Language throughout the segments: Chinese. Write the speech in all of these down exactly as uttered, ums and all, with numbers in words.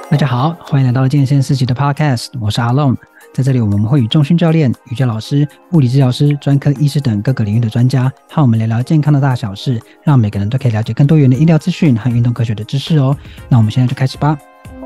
大家好，欢迎来到健身四级的 Podcast， 我是阿龙。在这里，我们会与重训教练、瑜伽老师、物理治疗师、专科医师等各个领域的专家，和我们聊聊健康的大小事，让每个人都可以了解更多元的医疗资讯和运动科学的知识哦。那我们现在就开始吧。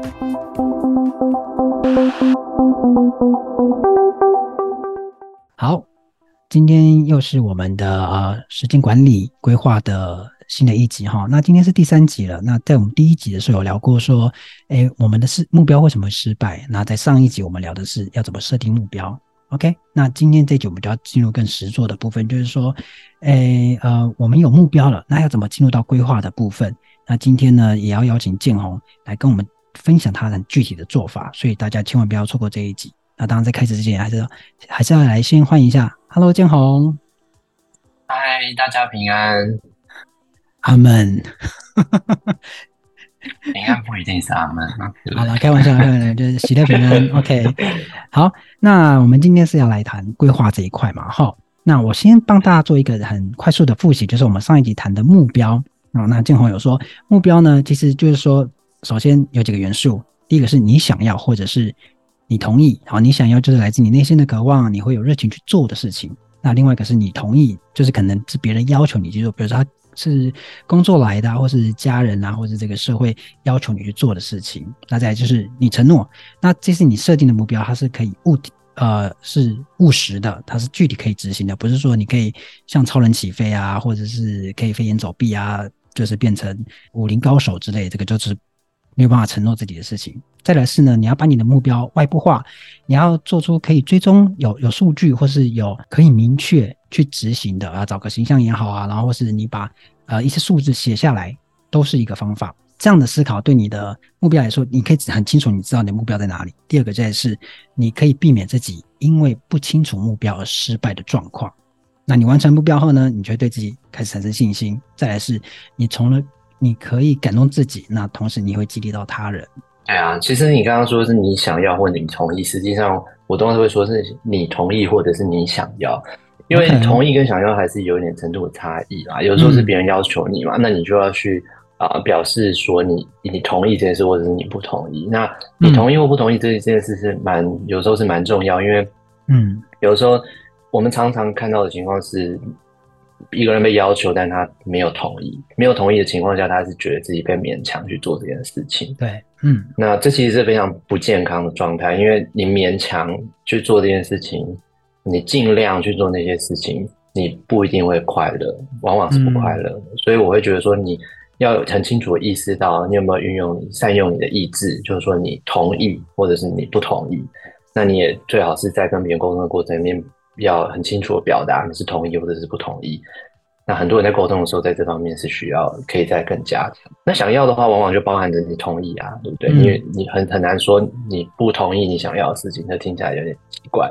好，今天又是我们的呃时间管理规划的新的一集哈。那今天是第三集了。那在我们第一集的时候有聊过说，诶，我们的目标为什么会失败？那在上一集我们聊的是要怎么设定目标。OK， 那今天这一集我们就要进入更实作的部分，就是说，诶，呃，我们有目标了，那要怎么进入到规划的部分？那今天呢，也要邀请建宏来跟我们分享他很具体的做法，所以大家千万不要错过这一集。那当然，在开始之前，还是要还是要来先欢迎一下 ，Hello， 建宏， 嗨，大家平安。 阿门。 平安不一定是阿门啊，对不对？ 好了，开玩笑，开玩笑，就是喜乐平安。OK， 好，那我们今天是要来谈规划这一块嘛，哈。那我先帮大家做一个很快速的复习，就是我们上一集谈的目标啊。那建宏有说，目标呢，其实就是说，首先有几个元素，第一个是你想要，或者是你同意。好，你想要就是来自你内心的渴望，你会有热情去做的事情。那另外一个是你同意，就是可能是别人要求你去做，比如说他是工作来的啊，或是家人啊，或是这个社会要求你去做的事情。那再来就是你承诺，那这是你设定的目标，它是可以物呃是务实的，它是具体可以执行的，不是说你可以像超人起飞啊，或者是可以飞檐走壁啊，就是变成武林高手之类的，这个就是没有办法承诺自己的事情。再来是呢，你要把你的目标外部化，你要做出可以追踪有有数据，或是有可以明确去执行的啊，找个形象也好啊，然后或是你把呃一些数字写下来，都是一个方法。这样的思考对你的目标来说，你可以很清楚你知道你的目标在哪里。第二个再是你可以避免自己因为不清楚目标而失败的状况。那你完成目标后呢，你就会对自己开始产生信心。再来是你从了你可以感动自己，那同时你会激励到他人。 对啊，其实你刚刚说是你想要或你同意，实际上我都会说是你同意或者是你想要，因为 OK， 同意跟想要还是有一点程度的差异啦。有时候是嗯别人要求你嘛，那你就要去啊、呃表示说你你同意这件事，或者是你不同意。那你嗯同意或不同意这这件事是蛮有时候是蛮重要，因为嗯有时候我们常常看到的情况是，一个人被要求，但他没有同意，没有同意的情况下，他是觉得自己被勉强去做这件事情。 对，嗯那这其实是非常不健康的状态，因为你勉强去做这件事情，你尽量去做那些事情，你不一定会快乐，往往是不快嗯乐的。所以我会觉得说，你要很清楚的意识到，你有没有运用、善用你的意志，就是说你同意或者是你不同意。那你也最好是在跟别人沟通的过程里面，要很清楚的表达你是同意或者是不同意。那很多人在沟通的时候，在这方面是需要可以再更加强。那想要的话，往往就包含着你同意啊，对不对？因嗯， 为你很很难说你不同意你想要的事情，那听起来有点奇怪。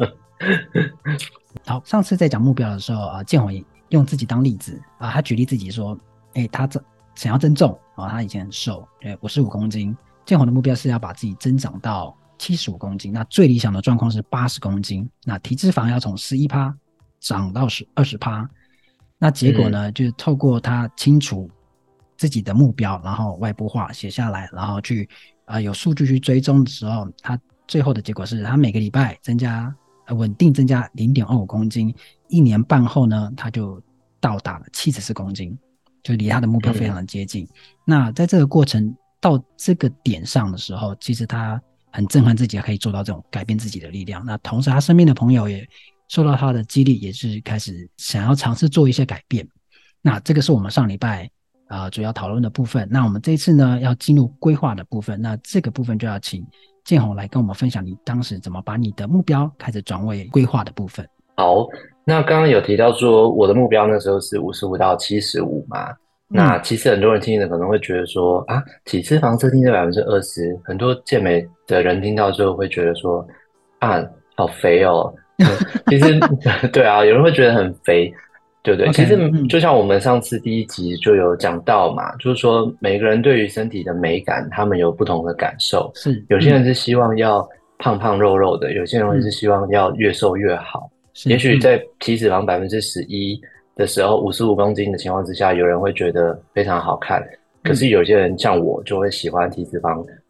好，上次在讲目标的时候啊，建宏也用自己当例子啊，他举例自己说，哎，他这想要增重啊，他以前很瘦，对，五十五公斤，建宏的目标是要把自己增长到七十五公斤，那最理想的状况是八十公斤，那体脂肪要从十一趴涨到十二十趴。那结果嗯呢，就是透过他清楚自己的目标，然后外部化写下来，然后去啊、呃、有数据去追踪的时候，他最后的结果是他每个礼拜增加呃稳定增加 零点二五公斤，一年半后呢，他就到达了七十四公斤，就离他的目标非常嗯的接近。那在这个过程到这个点上的时候，其实他很震撼自己可以做到这种改变自己的力量。那同时他身边的朋友也受到他的激励，也是开始想要尝试做一些改变。那这个是我们上礼拜啊、呃、主要讨论的部分。那我们这一次呢要进入规划的部分，那这个部分就要请建宏来跟我们分享你当时怎么把你的目标开始转为规划的部分。 好，那刚刚有提到说我的目标那时候是五十五到七十五嘛。那嗯， 其实很多人听着可能会觉得说啊，体脂肪设定在百分之二十，很多健美的人听到之后会觉得说啊，好肥哦。其实对啊，有人会觉得很肥，对不对？ OK， 其实嗯， 就像我们上次第一集就有讲到嘛，就是说每个人对于身体的美感，他们有不同的感受。 是， 有些人嗯是希望要胖胖肉肉的，有些人会是嗯， 希望要越瘦越好。也是，嗯许在体脂肪百分之十一的时候，五十五公斤的情况之下，有人会觉得非常好看。可嗯是有些人像我，就会喜欢体脂肪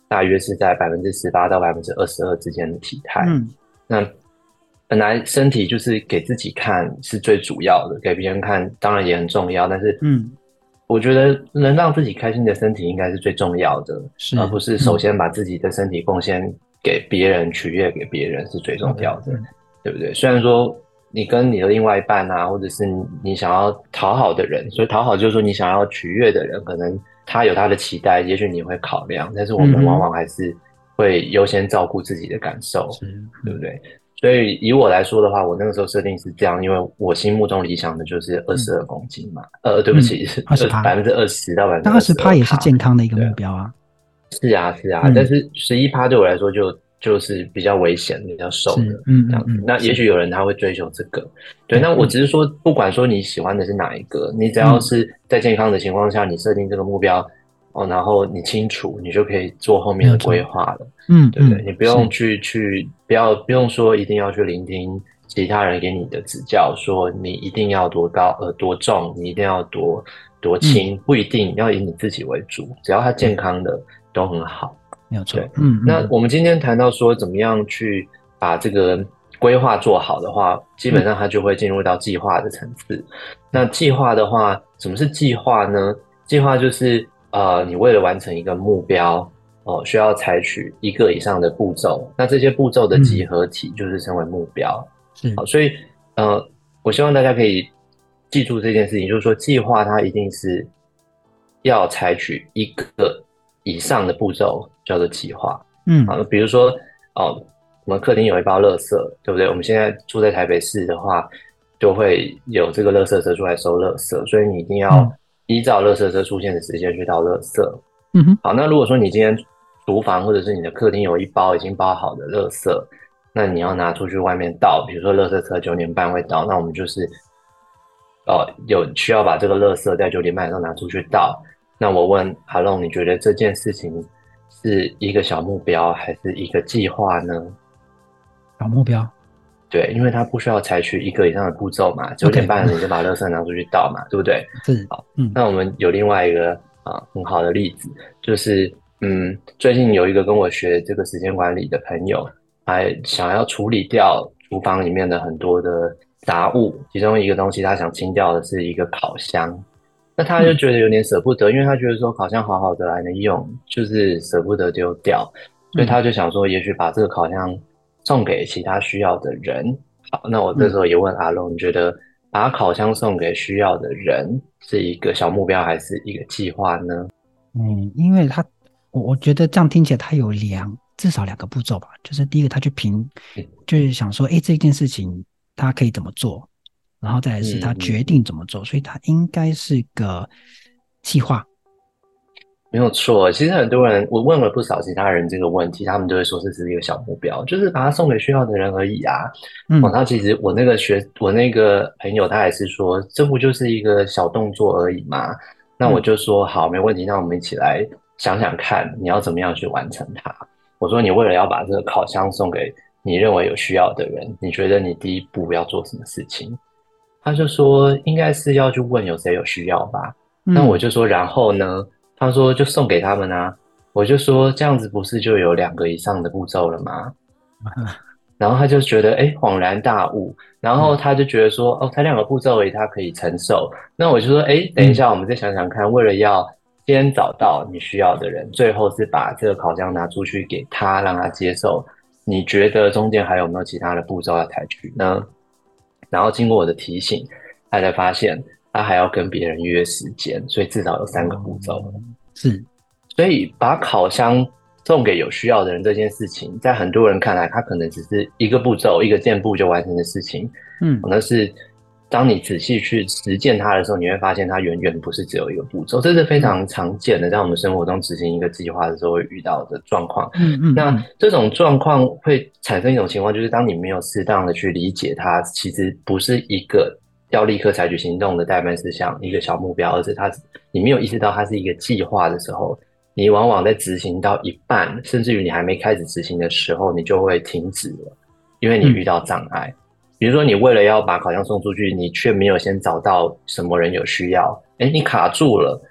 大约是在百分之十八到百分之二十二之间的体态。 嗯， 那本来身体就是给自己看是最主要的，给别人看当然也很重要，但是嗯， 我觉得能让自己开心的身体应该是最重要的， 是， 而不是首先把自己的身体贡献给别人，取悦给别人是最重要的， 嗯， 对不对？虽然说你跟你的另外一半啊，或者是你想要讨好的人，所以讨好就是说你想要取悦的人，可能他有他的期待，也许你会考量，但是我们往嗯哼， 往还是会优先照顾自己的感受， 是，嗯对不对？所以以我来说的话，我那个时候设定是这样，因为我心目中理想的就是二十嗯二公斤嘛，呃，对不嗯， 起， 二十趴， 二百分之二十到百分之但二二十二十趴也是趴， 健康的一个对， 目标啊。 是啊是啊，但嗯， 是十一趴对我来说就就是比较危险、比较瘦的是，嗯这样子。 嗯嗯， 那也是， 许有人他会追求这个，对， 对， 那我嗯只是说，不管说你喜欢的是哪一个，你只要嗯是在健康的情况下，你设定这个目标哦，然后你清楚，你就可以做后面的没有错， 规划了。对不对？ 嗯嗯， 你不用是， 去去，不要不用说一定要去聆听其他人给你的指教，说你一定要多高呃多重，你一定要多多嗯， 轻，不一定要以你自己为主，只要他健对， 康的都很好。 没有错， 对， 嗯嗯那我们今天谈到说怎么样去把这个规划做好的话，基本嗯上它就会进入到计划的层次。那计划的话，什么是计划呢？计划就是呃，你为了完成一个目标，哦，需要采取一个以上的步骤，那这些步骤的集嗯， 合体就是称为目标。 是， 好，所以呃，我希望大家可以记住这件事情，就是说计划它一定是要采取一个以上的步骤，叫做计划。 嗯啊，比如说哦，我们客厅有一包垃圾，对不对？我们现在住在台北市的话，就会有这个垃圾车出来收垃圾，所以你一定要嗯依照垃圾车出现的时间去倒垃圾。 嗯哼， 好，那如果说你今天厨房或者是你的客厅有一包已经包好的垃圾，那你要拿出去外面倒，比如说垃圾车九点半会到，那我们就是呃有需要把这个垃圾在九点半的时候拿出去倒。那我问阿龙，你觉得这件事情是一个小目标还是一个计划呢？ 小目标对，因为它不需要采取一个以上的步骤嘛，九点 ，OK， 半你就把垃圾拿出去倒嘛，对不对？ 是， 好， 嗯那我们有另外一个啊很好的例子，就是嗯，最近有一个跟我学这个时间管理的朋友，还想要处理掉厨房里面的很多的杂物，其中一个东西他想清掉的是一个烤箱，那他就嗯觉得有点舍不得，因为他觉得说烤箱好好的还能用，就是舍不得丢掉，所以嗯他就想说，也许把这个烤箱送给其他需要的人。好，那我这时嗯候也问阿龙，你觉得把烤箱送给需要的人是一个小目标还是一个计划呢？ 嗯，因为他，我我觉得这样听起来，他有两至少两个步骤吧，就是第一个，他去评，就是想说，诶，这件事情他可以怎么做，然后再来是他嗯决嗯嗯， 定怎么做，所以他应该是个计划。 没有错。其实很多人，我问了不少其他人这个问题，他们都会说这是一个小目标，就是把它送给需要的人而已啊。哦， 嗯他其实我那个学我那个朋友，他也是说，这不就是一个小动作而已嘛？那我嗯就说好，没问题，那我们一起来想想看，你要怎么样去完成它。我说你为了要把这个烤箱送给你认为有需要的人，你觉得你第一步要做什么事情？他就说应该是要去问有谁有需要吧。那我嗯就说然后呢？他说就送给他们啊。我就说这样子不是就有两个以上的步骤了吗？然后他就觉得哎恍然大悟，然后嗯他就觉得说哦才两个步骤而已，他可以承受。那我就说哎等一嗯下，我们再想想看，为了要先找到你需要的人，最后是把这个烤箱拿出去给他，让他接受。你觉得中间还有没有其他的步骤要采取呢？然后经过我的提醒，他才发现他还要跟别人约时间，所以至少有三个步骤。 哦是所以把烤箱送给有需要的人这件事情，在很多人看来，它可能只是一个步骤、一个箭步就完成的事情。 嗯那是当你仔细去实践它的时候，你会发现它远远不是只有一个步骤。这是非嗯常常见的，在我们生活中执行一个计划的时候会遇到的状况。那嗯嗯嗯这种状况会产生一种情况，就是当你没有适当的去理解它，其实不是一个要立刻采取行动的代办事项，一个小目标，而是它你没有意识到它是一个计划的时候，你往往在执行到一半，甚至于你还没开始执行的时候，你就会停止了，因为你遇嗯到障碍。比如说，你为了要把烤箱送出去，你却没有先找到什么人有需要，哎，你卡住了。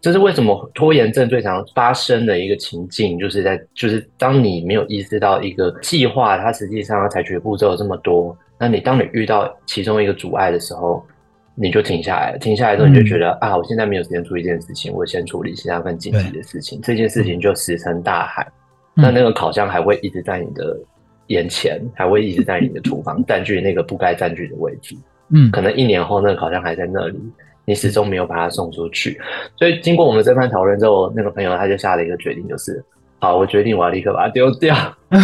这是为什么拖延症最常发生的一个情境，就是在就是当你没有意识到一个计划，它实际上要采取的步骤有这么多，那你当你遇到其中一个阻碍的时候，你就停下来了。停下来之后，你就觉得、嗯、啊，我现在没有时间处理这件事情，我先处理其他更紧急的事情。这件事情就石沉大海。嗯、那那个烤箱还会一直在你的眼前，还会一直在你的厨房占据那个不该占据的位置。嗯，可能一年后那个烤箱还在那里。你始终没有把它送出去，所以经过我们这番讨论之后，那个朋友他就下了一个决定，就是好，我决定我要立刻把它丢掉，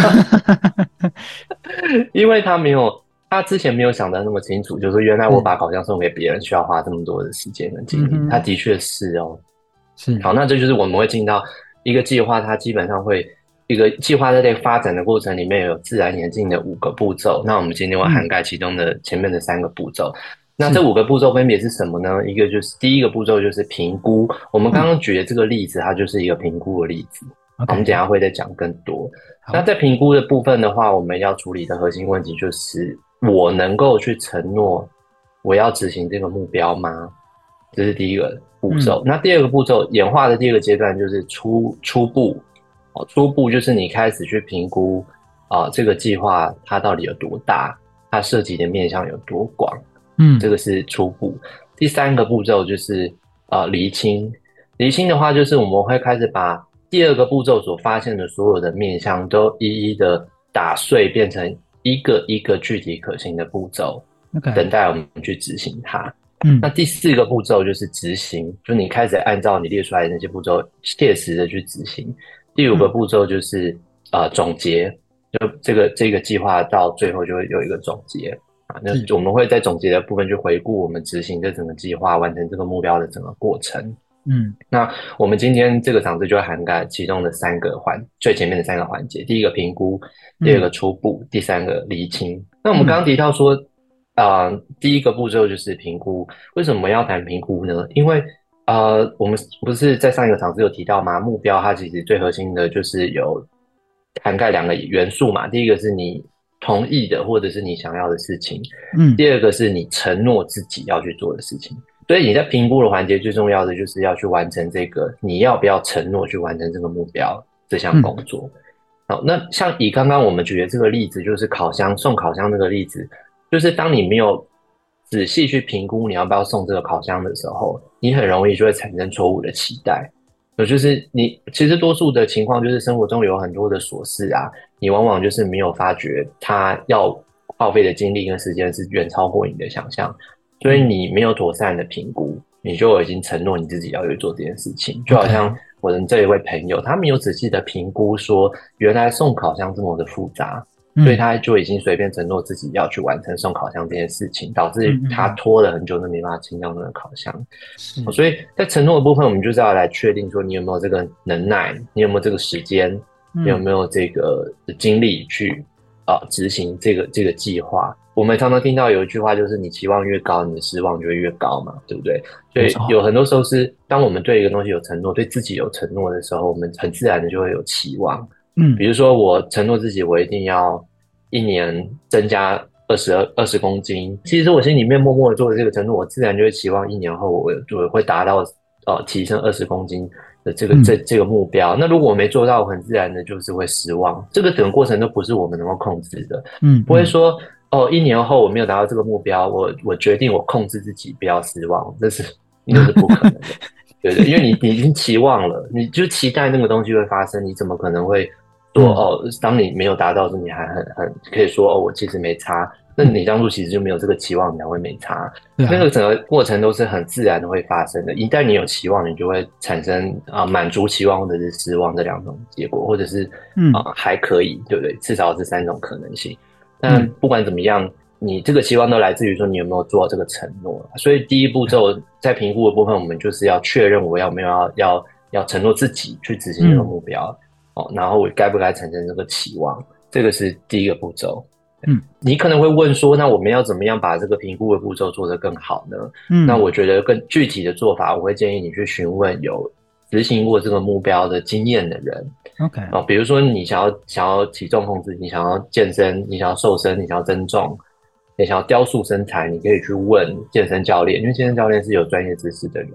因为他没有，他之前没有想得那么清楚，就是原来我把烤箱送给别人需要花这么多的时间跟精力，嗯、他的确是哦，是好，那这就是我们会进到一个计划，它基本上会一个计划在这个发展的过程里面有自然演进的五个步骤，那我们今天会涵盖其中的前面的三个步骤。那这五个步骤分别是什么呢？一个就是第一个步骤就是评估，我们刚刚举的这个例子，它就是一个评估的例子。Okay. 我们等一下会再讲更多。那在评估的部分的话，我们要处理的核心问题就是我能够去承诺我要执行这个目标吗？这是第一个步骤。嗯、那第二个步骤演化的第二个阶段就是初初步，初步就是你开始去评估啊、呃，这个计划它到底有多大，它涉及的面向有多广。嗯，这个是初步。第三个步骤就是呃厘清，厘清的话就是我们会开始把第二个步骤所发现的所有的面向都一一的打碎，变成一个一个具体可行的步骤， okay. 等待我们去执行它。嗯，那第四个步骤就是执行，就你开始按照你列出来的那些步骤切实的去执行。第五个步骤就是、嗯、呃总结，就这个这个计划到最后就会有一个总结。那我们会在总结的部分去回顾我们执行这整个计划、完成这个目标的整个过程。嗯，那我们今天这个场次就会涵盖其中的三个环，最前面的三个环节：第一个评估，第二个初步，嗯、第三个厘清。那我们刚刚提到说，啊、呃，第一个步骤就是评估。为什么要谈评估呢？因为呃，我们不是在上一个场次有提到吗？目标它其实最核心的就是有涵盖两个元素嘛。第一个是你同意的或者是你想要的事情，嗯，第二个是你承诺自己要去做的事情。所以你在评估的环节最重要的就是要去完成这个，你要不要承诺去完成这个目标这项工作。嗯、好，那像以刚刚我们举的这个例子，就是烤箱送烤箱这个例子，就是当你没有仔细去评估你要不要送这个烤箱的时候，你很容易就会产生错误的期待。有就是你其实多数的情况就是生活中有很多的琐事啊，你往往就是没有发觉它要耗费的精力跟时间是远超过你的想象，所以你没有妥善的评估，你就已经承诺你自己要去做这件事情。就好像我的这一位朋友，他没有仔细的评估说原来送烤箱这么的复杂，所以他就已经随便承诺自己要去完成送烤箱这件事情，导致他拖了很久都没办法清掉那个烤箱。嗯、所以在承诺的部分，我们就是要来确定说你有没有这个能耐，你有没有这个时间，你有没有这个精力去呃执行这个这个计划。我们常常听到有一句话，就是你期望越高，你的失望就会越高嘛，对不对？所以有很多时候是当我们对一个东西有承诺，对自己有承诺的时候，我们很自然的就会有期望。嗯，比如说我承诺自己，我一定要一年增加二十二十公斤。其实我心里面默默的做的这个承诺，我自然就会期望一年后我就会达到呃提升二十公斤的这个、嗯、这这个目标。那如果我没做到，我很自然的就是会失望。这个整个过程都不是我们能够控制的。嗯，不会说哦一年后我没有达到这个目标，我我决定我控制自己不要失望，这是那是不可能的。对对，因为你你已经期望了，你就期待那个东西会发生，你怎么可能会说、嗯、哦，当你没有达到时，你还很很可以说哦，我其实没差。那你当初其实就没有这个期望，你才会没差。嗯、那个整个过程都是很自然的会发生的。一旦你有期望，你就会产生啊满足期望或者是失望这两种结果，或者是啊、呃、还可以，对不对？至少是三种可能性。但不管怎么样，你这个期望都来自于说你有没有做到这个承诺。所以第一步骤在评估的部分，我们就是要确认我要没有要要要承诺自己去执行这个目标。嗯哦，然后我该不该产生这个期望，这个是第一个步骤。嗯，你可能会问说，那我们要怎么样把这个评估的步骤做得更好呢？嗯，那我觉得更具体的做法，我会建议你去询问有执行过这个目标的经验的人。OK， 哦，比如说你想要想要体重控制，你想要健身，你想要瘦身，你想要增重，你想要雕塑身材，你可以去问健身教练，因为健身教练是有专业知识的人。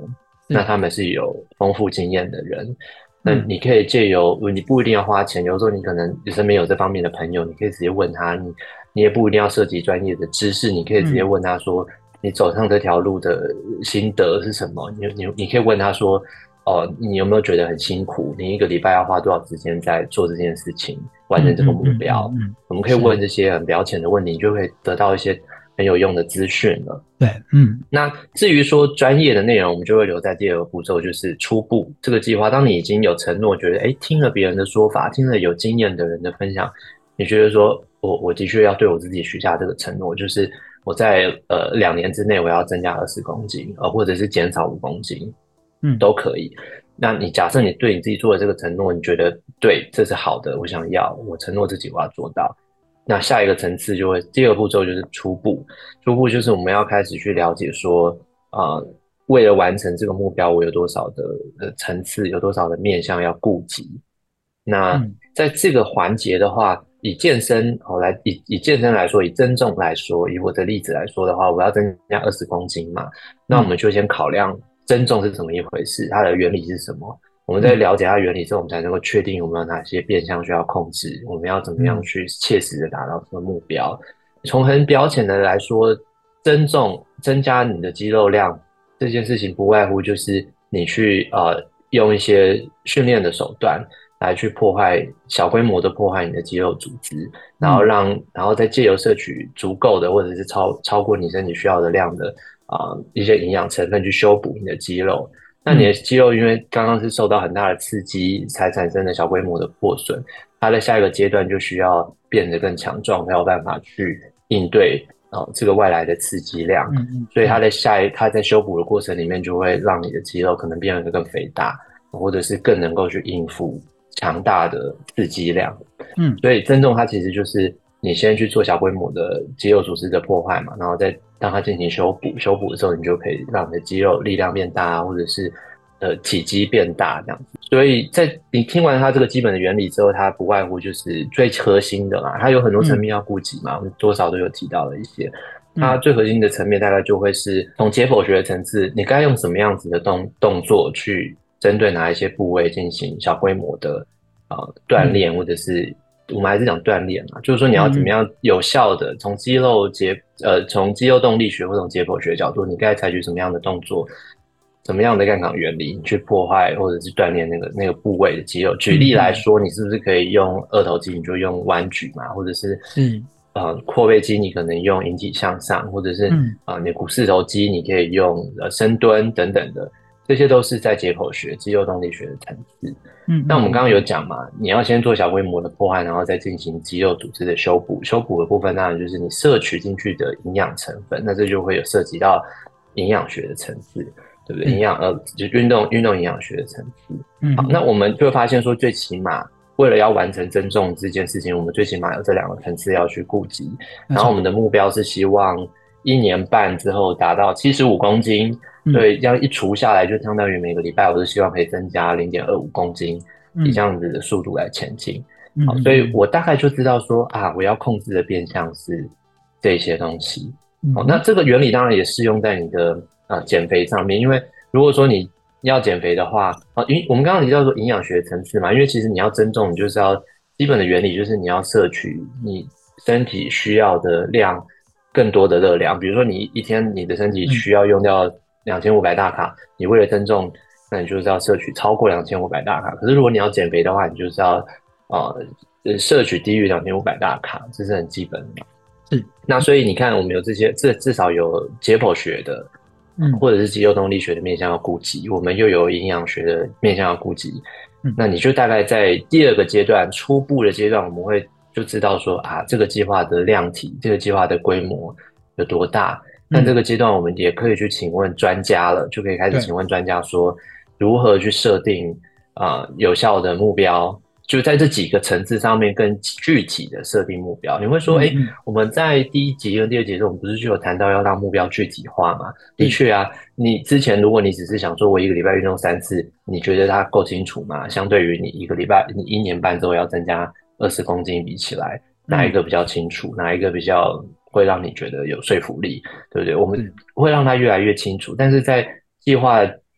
那他们是有丰富经验的人。那你可以借由，你不一定要花钱，有时候你可能你身边有这方面的朋友，你可以直接问他，你你也不一定要涉及专业的知识，你可以直接问他说，你走上这条路的心得是什么？你你你可以问他说，哦，你有没有觉得很辛苦？你一个礼拜要花多少时间在做这件事情，完成这个目标？ 嗯嗯嗯嗯、 我们可以问这些很表浅的问题，你就会得到一些很有用的资讯了。 对，嗯。 那至于说专业的内容，我们就会留在第二个步骤，就是初步这个计划。当你已经有承诺，觉得哎，听了别人的说法，听了有经验的人的分享，你觉得说我我的确要对我自己许下这个承诺，就是我在呃两年之内我要增加二十公斤，呃或者是减少五公斤，嗯，都可以。那你假设你对你自己做的这个承诺，你觉得对，这是好的，我想要，我承诺自己我要做到。那下一个层次就会，第二个步骤就是初步，初步就是我们要开始去了解说，呃，为了完成这个目标，我有多少的呃层次，有多少的面向要顾及。那在这个环节的话，以健身哦来以以健身来说，以增重来说，以我的例子来说的话，我要增加二十公斤嘛，那我们就先考量增重是怎么一回事，它的原理是什么。我们在了解它原理之后，我们才能够确定我们有哪些变项需要控制，我们要怎么样去切实的达到这个目标。从很表浅的来说，增重增加你的肌肉量这件事情，不外乎就是你去呃用一些训练的手段来去破坏小规模的破坏你的肌肉组织，然后让然后再借由摄取足够的或者是超超过你身体需要的量的啊、呃、一些营养成分去修补你的肌肉。那你的肌肉因为刚刚是受到很大的刺激才产生的小规模的破损，它的下一个阶段就需要变得更强壮，才有办法去应对哦这个外来的刺激量。所以它的下一它在修补的过程里面，就会让你的肌肉可能变得更肥大，或者是更能够去应付强大的刺激量。嗯，所以增重它其实就是你先去做小规模的肌肉组织的破坏嘛，然后再让它进行修补，修补的时候你就可以让你的肌肉力量变大，或者是呃体积变大这样子。所以在你听完它这个基本的原理之后，它不外乎就是最核心的啦，它有很多层面要顾及嘛，我们多少都有提到了一些。它最核心的层面大概就会是从解剖学的层次，你该用什么样子的动动作去针对哪一些部位进行小规模的呃锻炼，或者是我们还是讲锻炼嘛，就是说你要怎么样有效的从肌肉解呃从肌肉动力学或从解剖学的角度，你该采取什么样的动作，什么样的杠杆原理，你去破坏或者是锻炼那个那个部位的肌肉。举例来说，你是不是可以用二头肌，你就用弯举嘛，或者是嗯呃阔背肌，你可能用引体向上，或者是啊、呃、你股四头肌，你可以用呃深蹲等等的。这些都是在解剖学、肌肉动力学的层次。嗯，那我们刚刚有讲嘛，你要先做小规模的破坏，然后再进行肌肉组织的修补。修补的部分当然就是你摄取进去的营养成分，那这就会有涉及到营养学的层次，对不对？营养呃，就运动运动营养学的层次。嗯，好，那我们就会发现说，最起码为了要完成增重这件事情，我们最起码有这两个层次要去顾及。然后我们的目标是希望一年半之后达到七十五公斤。对，这样一除下来，就相当于每个礼拜我是希望可以增加零点二五公斤，以这样子的速度来前进。嗯、好，所以我大概就知道说啊，我要控制的变项是这些东西。好，那这个原理当然也适用在你的啊减肥上面，因为如果说你要减肥的话，啊，因为我们刚刚提到说营养学层次嘛，因为其实你要增重，你就是要基本的原理就是你要摄取你身体需要的量更多的热量，比如说你一天你的身体需要用掉两千五百大卡，你为了增重，那你就是要摄取超过两千五百大卡。可是如果你要减肥的话，你就是要呃摄取低于两千五百大卡，这是很基本的。是，那所以你看，我们有这些，至至少有解剖学的，嗯，或者是肌肉动力学的面向要顾及，我们又有营养学的面向要顾及。嗯，那你就大概在第二个阶段，初步的阶段，我们会就知道说啊，这个计划的量体，这个计划的规模有多大。那这个阶段，我们也可以去请问专家了，就可以开始请问专家说，如何去设定啊、呃、有效的目标，就在这几个层次上面更具体的设定目标。你会说，哎、嗯，我们在第一集跟第二集的时候，我们不是就有谈到要让目标具体化吗？的确啊，你之前如果你只是想说我一个礼拜运动三次，你觉得它够清楚吗？相对于你一个礼拜，你一年半之后要增加二十公斤比起来，哪一个比较清楚？哪一个比较会让你觉得有说服力，对不对？我们会让它越来越清楚，但是在计划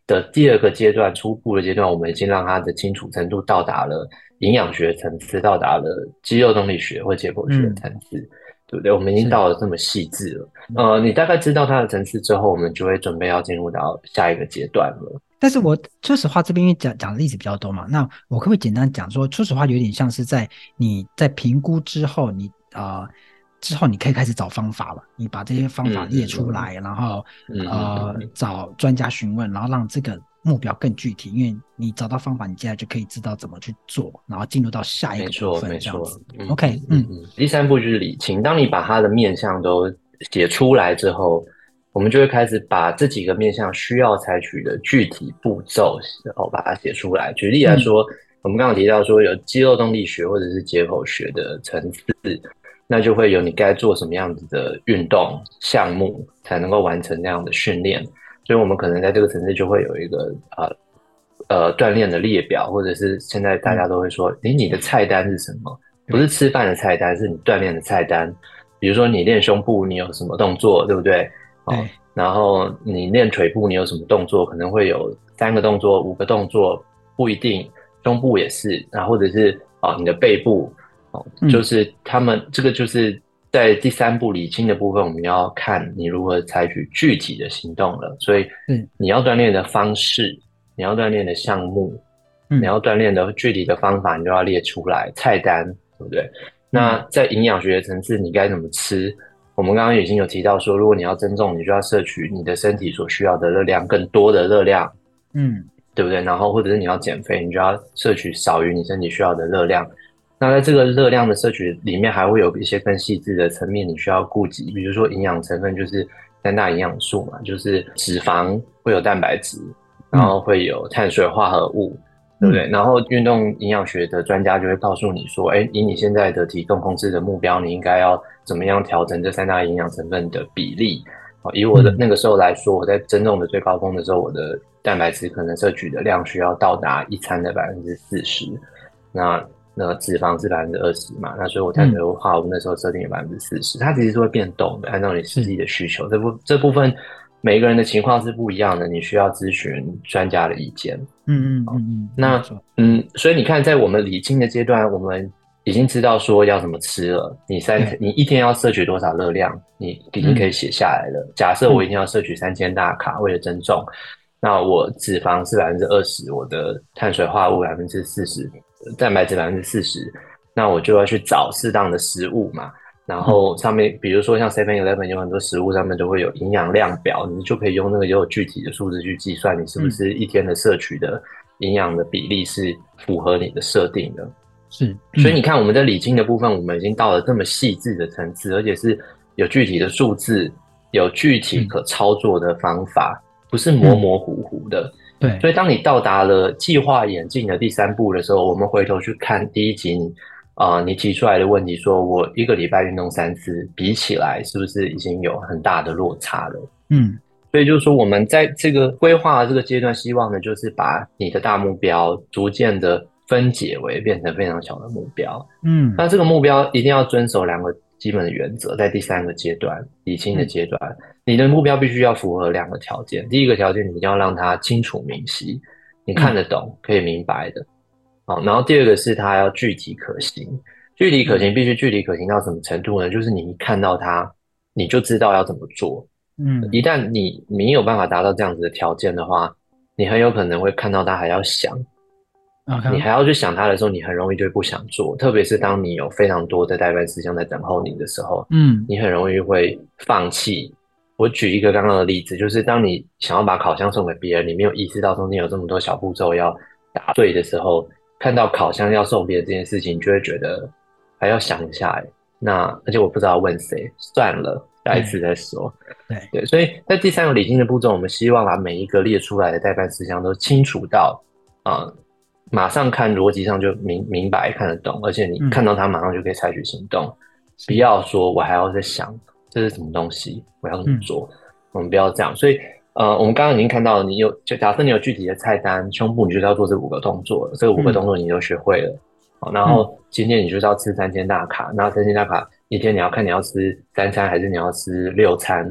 的第二个阶段，初步的阶段，我们已经让他的清楚程度到达了营养学层次，到达了肌肉动力学或解剖学嗯， 层次，对不对？我们已经是。 到了这么细致了。呃，你大概知道它的层次之后，我们就会准备要进入到下一个阶段了。 但是我说实话，这边因为讲讲的例子比较多嘛，那我可不可以简单讲说，说实话有点像是在你在评估之后，你啊、呃、之后你可以开始找方法了，你把这些方法嗯列出来，然后嗯嗯呃嗯， 找专家询问，然后让这个目标更具体，因为你找到方法，你接下来就可以知道怎么去做，然后进入到下一个部没错分这样子。 没错，嗯 OK，嗯嗯嗯嗯。第三步就是理清，当你把它的面向都写出来之后，我们就会开始把这几个面向需要采取的具体步骤，哦，把它写出来。举例来嗯说，我们刚刚提到说有肌肉动力学或者是解剖学的层次，那就会有你该做什么样子的运动项目才能够完成那样的训练。所以我们可能在这个层次就会有一个呃呃锻炼的列表，或者是现在大家嗯， 都会说，诶，你的菜单是什么？不是对吃饭的菜单，是你锻炼的菜单。比如说你练胸部，你有什么动作，对不对？哦， 对， 然后你练腿部，你有什么动作？可能会有三个动作、五个动作，不一定。胸部也是，然后或者是哦你的背部，哦，就嗯是他们这个就是在第三步理清的部分，我们要看你如何采取具体的行动了。所以是， 你要锻炼的方式，你要锻炼的项目，你嗯要锻炼的具体的方法，你就要列出来，菜单，对不对？那嗯在营养学的层次，你该怎么吃？我们刚刚已经有提到说，如果你要增重，你就要摄取你的身体所需要的热量，更多的热量， 嗯对不对？然后或者是你要减肥，你就要摄取少于你身体需要的热量。那在这个热量的摄取里面，还会有一些更细致的层面，你需要顾及，比如说营养成分就是三大营养素嘛，就是脂肪会有蛋白质，然嗯后会有碳水化合物，对不对？ 嗯然后运动营养学的专家就会告诉你说，哎，以你现在的体重控制的目标，你应该要怎么样调整这三大营养成分的比例。哦，以我的嗯那个时候来说，我在增重的最高峰的时候，我的蛋白质可能摄取的量需要到达一餐的百分之四十，那那脂肪是百分之二十嘛，那所以我碳水嗯， 化合物那时候设定了百分之四十，它其实是会变动的，按照你实是， 际的需求，这部这部分每一个人的情况是不一样的，你需要咨询专家的意见。 嗯嗯嗯嗯，没那错， 嗯，所以你看，在我们理清的阶段，我们已经知道说要怎么吃了。你三对， 你一天要摄取多少热量，你已经可以嗯写下来了。假设我一嗯天要摄取三千大卡，为了增重，那我脂肪是百分之二十，我的碳水化合物百分之四十，蛋白质百分之四十，那我就要去找适当的食物嘛。然嗯后上面，比如说像 Seven Eleven 有很多食物上面都会有营养量表，你就可以用那个也有具体的数字去计算你是不嗯， 是一天的摄取的营养的比例是符合你的设定的。 是，嗯所以你看，我们在理清的部分，我们已经到了这么细致的层次，而且是有具体的数字，有具体嗯可操作的方法，不是模嗯， 模糊糊的。 对， 所以，当你到达了计划演进的第三步的时候，我们回头去看第一集你，啊、你提出来的问题，说我一个礼拜运动三次，比起来是不是已经有很大的落差了？ 嗯所以就是说，我们在这个规划的这个阶段，希望呢，就是把你的大目标逐渐的分解为变成非常小的目标。 嗯那这个目标一定要遵守两个基本的原则，在第三个阶段理清的嗯阶段，你的目标必须要符合两个条件。第一个条件，你一定要让它清楚明晰，你看嗯得懂，可以明白的。好，然后第二个是它要具体可行。具体可嗯行必须具体可行到什么程度呢？就是你一看到它，你就知道要怎么做。一嗯旦你没有办法达到这样子的条件的话，你很有可能会看到它还要想，你 ，OK， 还要去想它的时候，你很容易就会不想做。特别是当你有非常多的代办事项在等候你的时候， 嗯你很容易会放弃。我举一个刚刚的例子，就是当你想要把烤箱送给别人，你没有意识到中间有这么多小步骤要打对的时候，看到烤箱要送别人这件事情，你就会觉得还要想一下，哎，那而且我不知道问谁，算了，下一次对再说。 对， 对，所以在第三个理清的步骤，我们希望把每一个列出来的代办事项都清楚到啊、呃马上看逻辑上就明明白看得懂，而且你看嗯到它马上就可以采取行动，不是， 要说我还要再想这是什么东西，我要怎么嗯做，我们不要这样。所以呃，我们刚刚已经看到了，你有就假设你有具体的菜单，胸部你就是要做这五个动作了，这个五个动嗯作你都学会了。好，然嗯后今天你就是要吃三千大卡，那三千大卡一天你要看你要吃三餐还是你要吃六餐，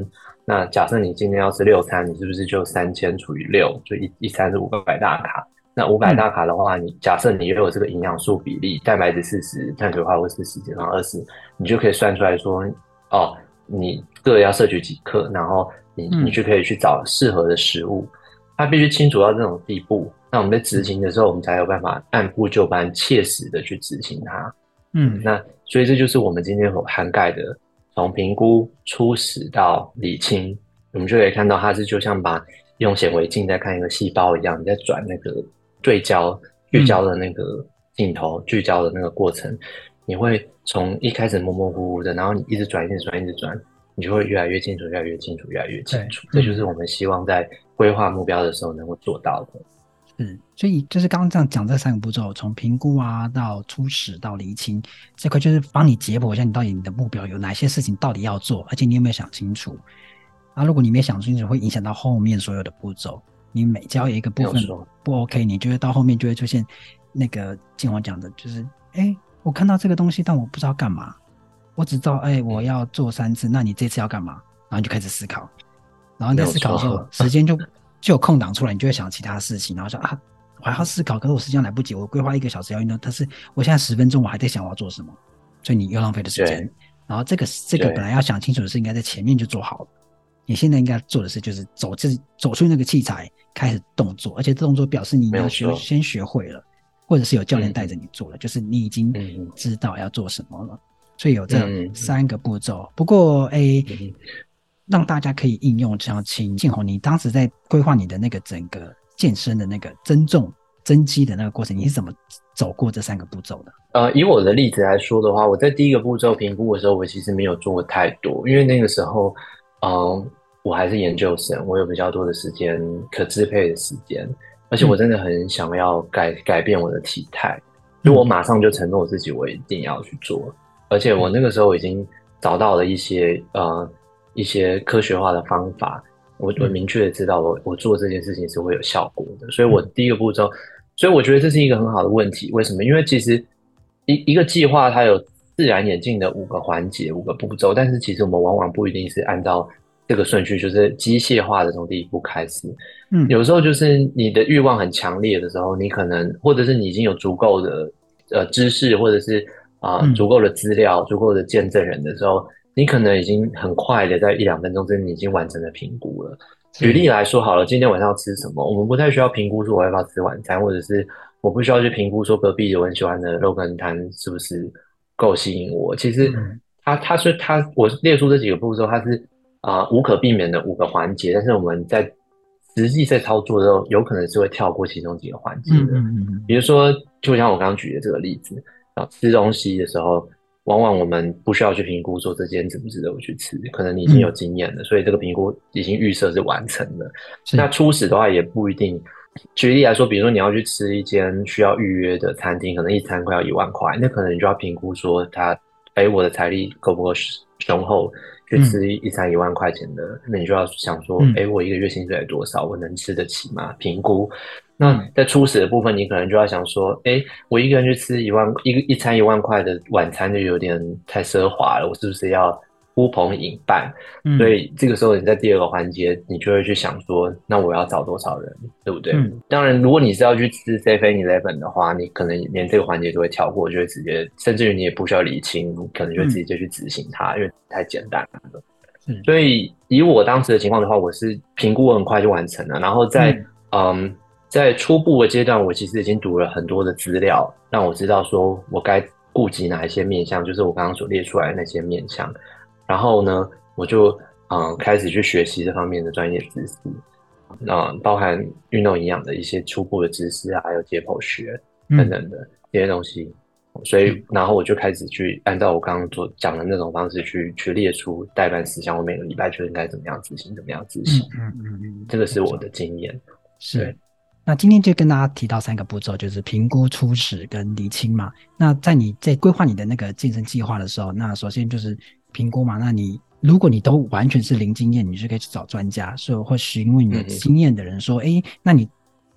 那假设你今天要吃六餐，你是不是就三千除以六，就一一餐是五百大卡？那五百大卡的话，你假设你又有这个营养素比例，蛋白质四十，碳水化合物四十，脂肪二十，你就可以算出来说，哦，你各要摄取几克，然后你你就可以去找适合的食物。它必须清楚到这种地步，那我们在执行的时候，我们才有办法按部就班、切实的去执行它。嗯，那所以这就是我们今天所涵盖的，从评估、初始到理清，我们就可以看到它是就像把用显微镜在看一个细胞一样，你在转那个对焦、聚焦的那个镜头、嗯、聚焦的那个过程，你会从一开始模模糊糊的，然后你一直转、一直转、一直转，你就会越来越清楚、越来越清楚、越来越清楚。这就是我们希望在规划目标的时候能够做到的。 是，所以就是刚刚这样讲这三个步骤，从评估啊到初始到厘清，这块就是帮你解剖一下你到底你的目标有哪些事情到底要做，而且你有没有想清楚啊？如果你没想清楚，会影响到后面所有的步骤。你每只要有一个部分不 OK， 你就会到后面就会出现那个建宏讲的，就是哎，我看到这个东西，但我不知道干嘛，我只知道哎我要做三次，那你这次要干嘛？然后你就开始思考，然后你在思考的时候，时间就就有空档出来，你就会想其他事情，然后说啊，我还要思考，可是我时间来不及，我规划一个小时要运动，但是我现在十分钟我还在想我要做什么，所以你又浪费了时间。然后这个这个本来要想清楚的事，应该在前面就做好了。你现在应该做的事就是走这走出那个器材，开始动作，而且这动作表示你要学先学会了，或者是有教练带着你做了，嗯、就是你已经知道要做什么了。所以有这三个步骤。不过诶。嗯让大家可以应用，想请建宏，你当时在规划你的那个整个健身的那个增重、增肌的那个过程，你是怎么走过这三个步骤的？ 呃，以我的例子来说的话，我在第一个步骤评估的时候，我其实没有做太多，因为那个时候，嗯、呃，我还是研究生，我有比较多的时间可支配的时间，而且我真的很想要改改变我的体态，所以我马上就承诺我自己，我一定要去做，而且我那个时候已经找到了一些呃。一些科学化的方法，我我明确的知道我我做这件事情是会有效果的，所以我第一个步骤，所以我觉得这是一个很好的问题。为什么？因为其实一一个计划它有自然演进的五个环节、五个步骤，但是其实我们往往不一定是按照这个顺序，就是机械化的从第一步开始。嗯，有时候就是你的欲望很强烈的时候，你可能或者是你已经有足够的呃知识，或者是啊、呃、足够的资料、足够的见证人的时候。你可能已经很快的在一两分钟之内已经完成了评估了。举例来说好了，今天晚上要吃什么，我们不太需要评估说我要不要吃晚餐，或者是我不需要去评估说隔壁有很喜欢的肉羹摊是不是够吸引我。其实他他说他我列出这几个步骤，它是啊、呃、无可避免的五个环节，但是我们在实际在操作的时候，有可能是会跳过其中几个环节的。比如说，就像我刚刚举的这个例子啊，吃东西的时候。往往我们不需要去评估说这间值不值得我去吃，可能你已经有经验了，嗯、所以这个评估已经预设是完成的。那初始的话也不一定。举例来说，比如说你要去吃一间需要预约的餐厅，可能一餐快要一万块，那可能你就要评估说它，哎，我的财力够不够雄厚去吃一餐一万块钱的？嗯、那你就要想说，哎，我一个月薪水多少，我能吃得起吗？评估。那在初始的部分，你可能就要想说，哎，我一个人去吃一万一个一餐一万块的晚餐就有点太奢华了，我是不是要呼朋引伴？嗯、所以这个时候你在第二个环节，你就会去想说，那我要找多少人，对不对？嗯、当然，如果你是要去吃 seven eleven 的话，你可能连这个环节都会跳过，就会直接，甚至于你也不需要理清，你可能就直接去执行它，嗯、因为太简单了。嗯、所以以我当时的情况的话，我是评估很快就完成了，然后在嗯。嗯在初步的阶段，我其实已经读了很多的资料，让我知道说我该顾及哪一些面向，就是我刚刚所列出来的那些面向。然后呢，我就嗯开始去学习这方面的专业知识，嗯，包含运动营养的一些初步的知识啊，还有解剖学等等的、嗯、这些东西。所以，然后我就开始去按照我刚刚所讲的那种方式去去列出待办事项，我每个礼拜就应该怎么样执行，怎么样执行。嗯嗯嗯，这个是我的经验。 是。那今天就跟大家提到三个步骤，就是评估、初始跟厘清嘛。那在你在规划你的那个健身计划的时候，那首先就是评估嘛。那你如果你都完全是零经验，你就可以去找专家，所以会询问有经验的人说，哎、嗯，那你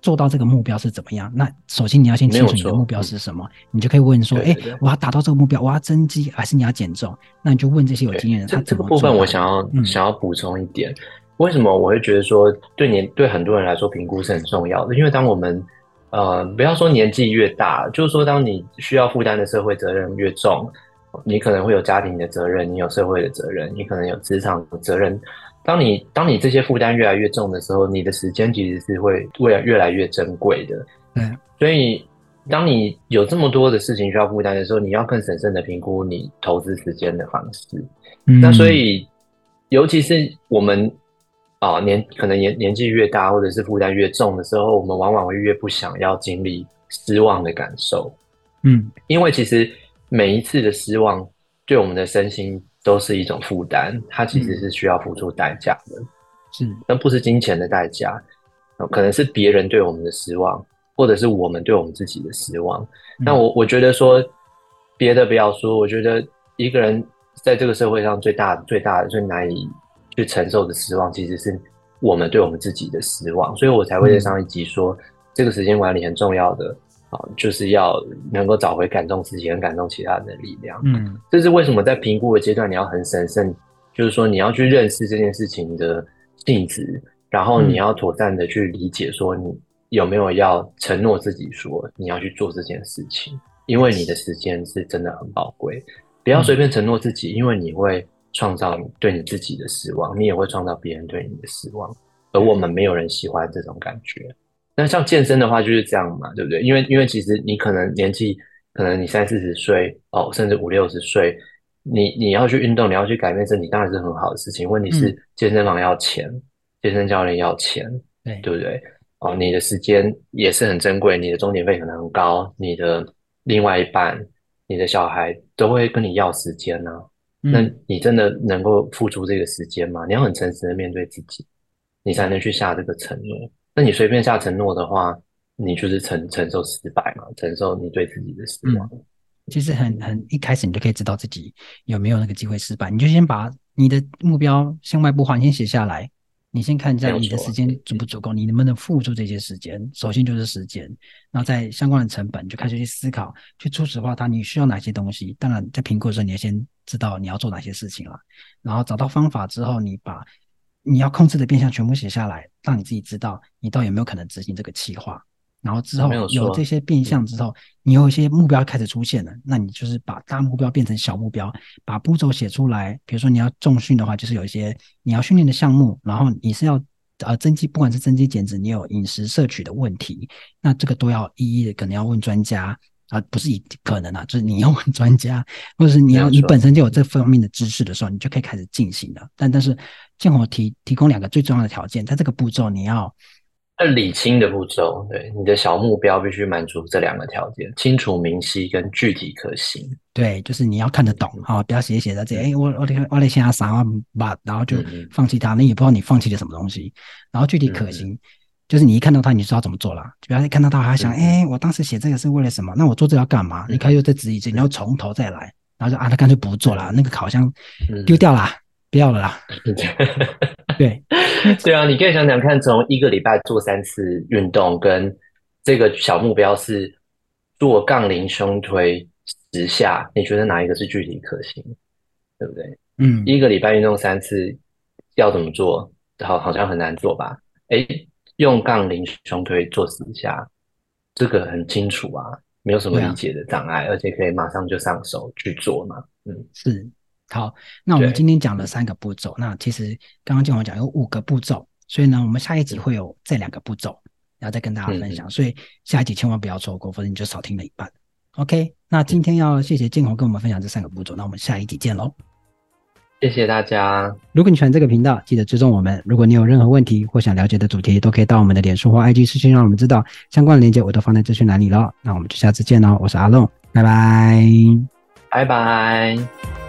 做到这个目标是怎么样？那首先你要先清楚你的目标是什么，你就可以问说，哎、欸，我要达到这个目标，我要增肌还是你要减重？那你就问这些有经验的，他这个部分我想要、嗯、想要补充一点，为什么我会觉得说对年对很多人来说评估是很重要的？因为当我们呃不要说年纪越大，就是说当你需要负担的社会责任越重，你可能会有家庭的责任，你有社会的责任，你可能有职场的责任。当你当你这些负担越来越重的时候，你的时间其实是会越来越来越珍贵的。 嗯， 所以当你有这么多的事情需要负担的时候，你要更审慎的评估你投资时间的方式。嗯，那所以尤其是我们啊年可能年年纪越大，或者是负担越重的时候，我们往往会越不想要经历失望的感受。 嗯， 因为其实每一次的失望对我们的身心都是一种负担，它其实是需要付出代价的， 是， 但不是金钱的代价，可能是别人对我们的失望，或者是我们对我们自己的失望。嗯、那我我觉得说，别的不要说，我觉得一个人在这个社会上最大最大的最难以去承受的失望，其实是我们对我们自己的失望。所以我才会在上一集说，嗯、这个时间管理很重要的。就是要能够找回感动自己跟感动其他人的力量。嗯，这是为什么在评估的阶段你要很审慎，就是说你要去认识这件事情的性质，然后你要妥善的去理解说你有没有要承诺自己说你要去做这件事情，因为你的时间是真的很宝贵，不要随便承诺自己，因为你会创造对你自己的失望，你也会创造别人对你的失望，而我们没有人喜欢这种感觉。那像健身的话就是这样嘛，对不对？因为因为其实你可能年纪，可能你三四十岁哦，甚至五六十岁，你你要去运动，你要去改变身体，当然是很好的事情。问题是健身房要钱，嗯、健身教练要钱， 对对不对？哦，你的时间也是很珍贵，你的钟点费可能很高，你的另外一半、你的小孩都会跟你要时间呢、啊。嗯、那你真的能够付出这个时间吗？你要很诚实的面对自己，你才能去下这个承诺。那你随便下承诺的话，你就是承承受失败嘛，承受你对自己的失望。 嗯、其实很很一开始你就可以知道自己有没有那个机会失败，你就先把你的目标向外部化，你先写下来，你先看一下你的时间足不足够，你能不能付出这些时间。首先就是时间，然后在相关的成本就开始去思考，去初始化它，你需要哪些东西。当然在评估的时候，你要先知道你要做哪些事情了，然后找到方法之后，你把你要控制的变项全部写下来，让你自己知道你到底有没有可能执行这个计划。然后之后有这些变项之后，你有一些目标开始出现了，那你就是把大目标变成小目标，把步骤写出来。比如说你要重训的话，就是有一些你要训练的项目，然后你是要呃增肌，不管是增肌减脂，你有饮食摄取的问题，那这个都要一一的可能要问专家啊、呃，不是可能啊，就是你要问专家，或者是你要你本身就有这方面的知识的时候，你就可以开始进行了。但但是建宏提提供两个最重要的条件，在这个步骤你要。 那理清的步骤，对你的小目标必须满足这两个条件：清楚明晰跟具体可行。 对，就是你要看得懂啊、哦，不要写写在这里，哎、嗯，我我我得先啥把，然后就放弃它，那、嗯、也不知道你放弃了什么东西。然后具体可行，嗯、就是你一看到它，你就知道怎么做了。就不要一看到它还想，哎、嗯，我当时写这个是为了什么？那我做这要干嘛？嗯、你看又再指一指，你要从头再来，然后就啊，他干脆不做了，嗯、那个好像丢掉啦。嗯不要了啦，对对啊，你可以想想看，从一个礼拜做三次运动，跟这个小目标是做杠铃胸推十下，你觉得哪一个是具体可行？对不对？ 嗯， 一个礼拜运动三次要怎么做？好，好像很难做吧？哎，用杠铃胸推做十下，这个很清楚啊，没有什么理解的障碍，啊、而且可以马上就上手去做嘛。嗯， 是。好，那我们今天讲了三个步骤，那其实刚刚建宏讲有五个步骤，所以呢，我们下一集会有这两个步骤，然后再跟大家分享，嗯、所以下一集千万不要错过，否则你就少听了一半。OK， 那今天要谢谢建宏跟我们分享这三个步骤，那我们下一集见喽。 谢谢大家。 如果你喜欢这个频道，记得追踪我们。如果你有任何问题或想了解的主题，都可以到我们的脸书或 I G 私讯让我们知道，相关的链接我都放在资讯栏里了。那我们就下次见喽，我是阿龙，拜拜， 拜拜。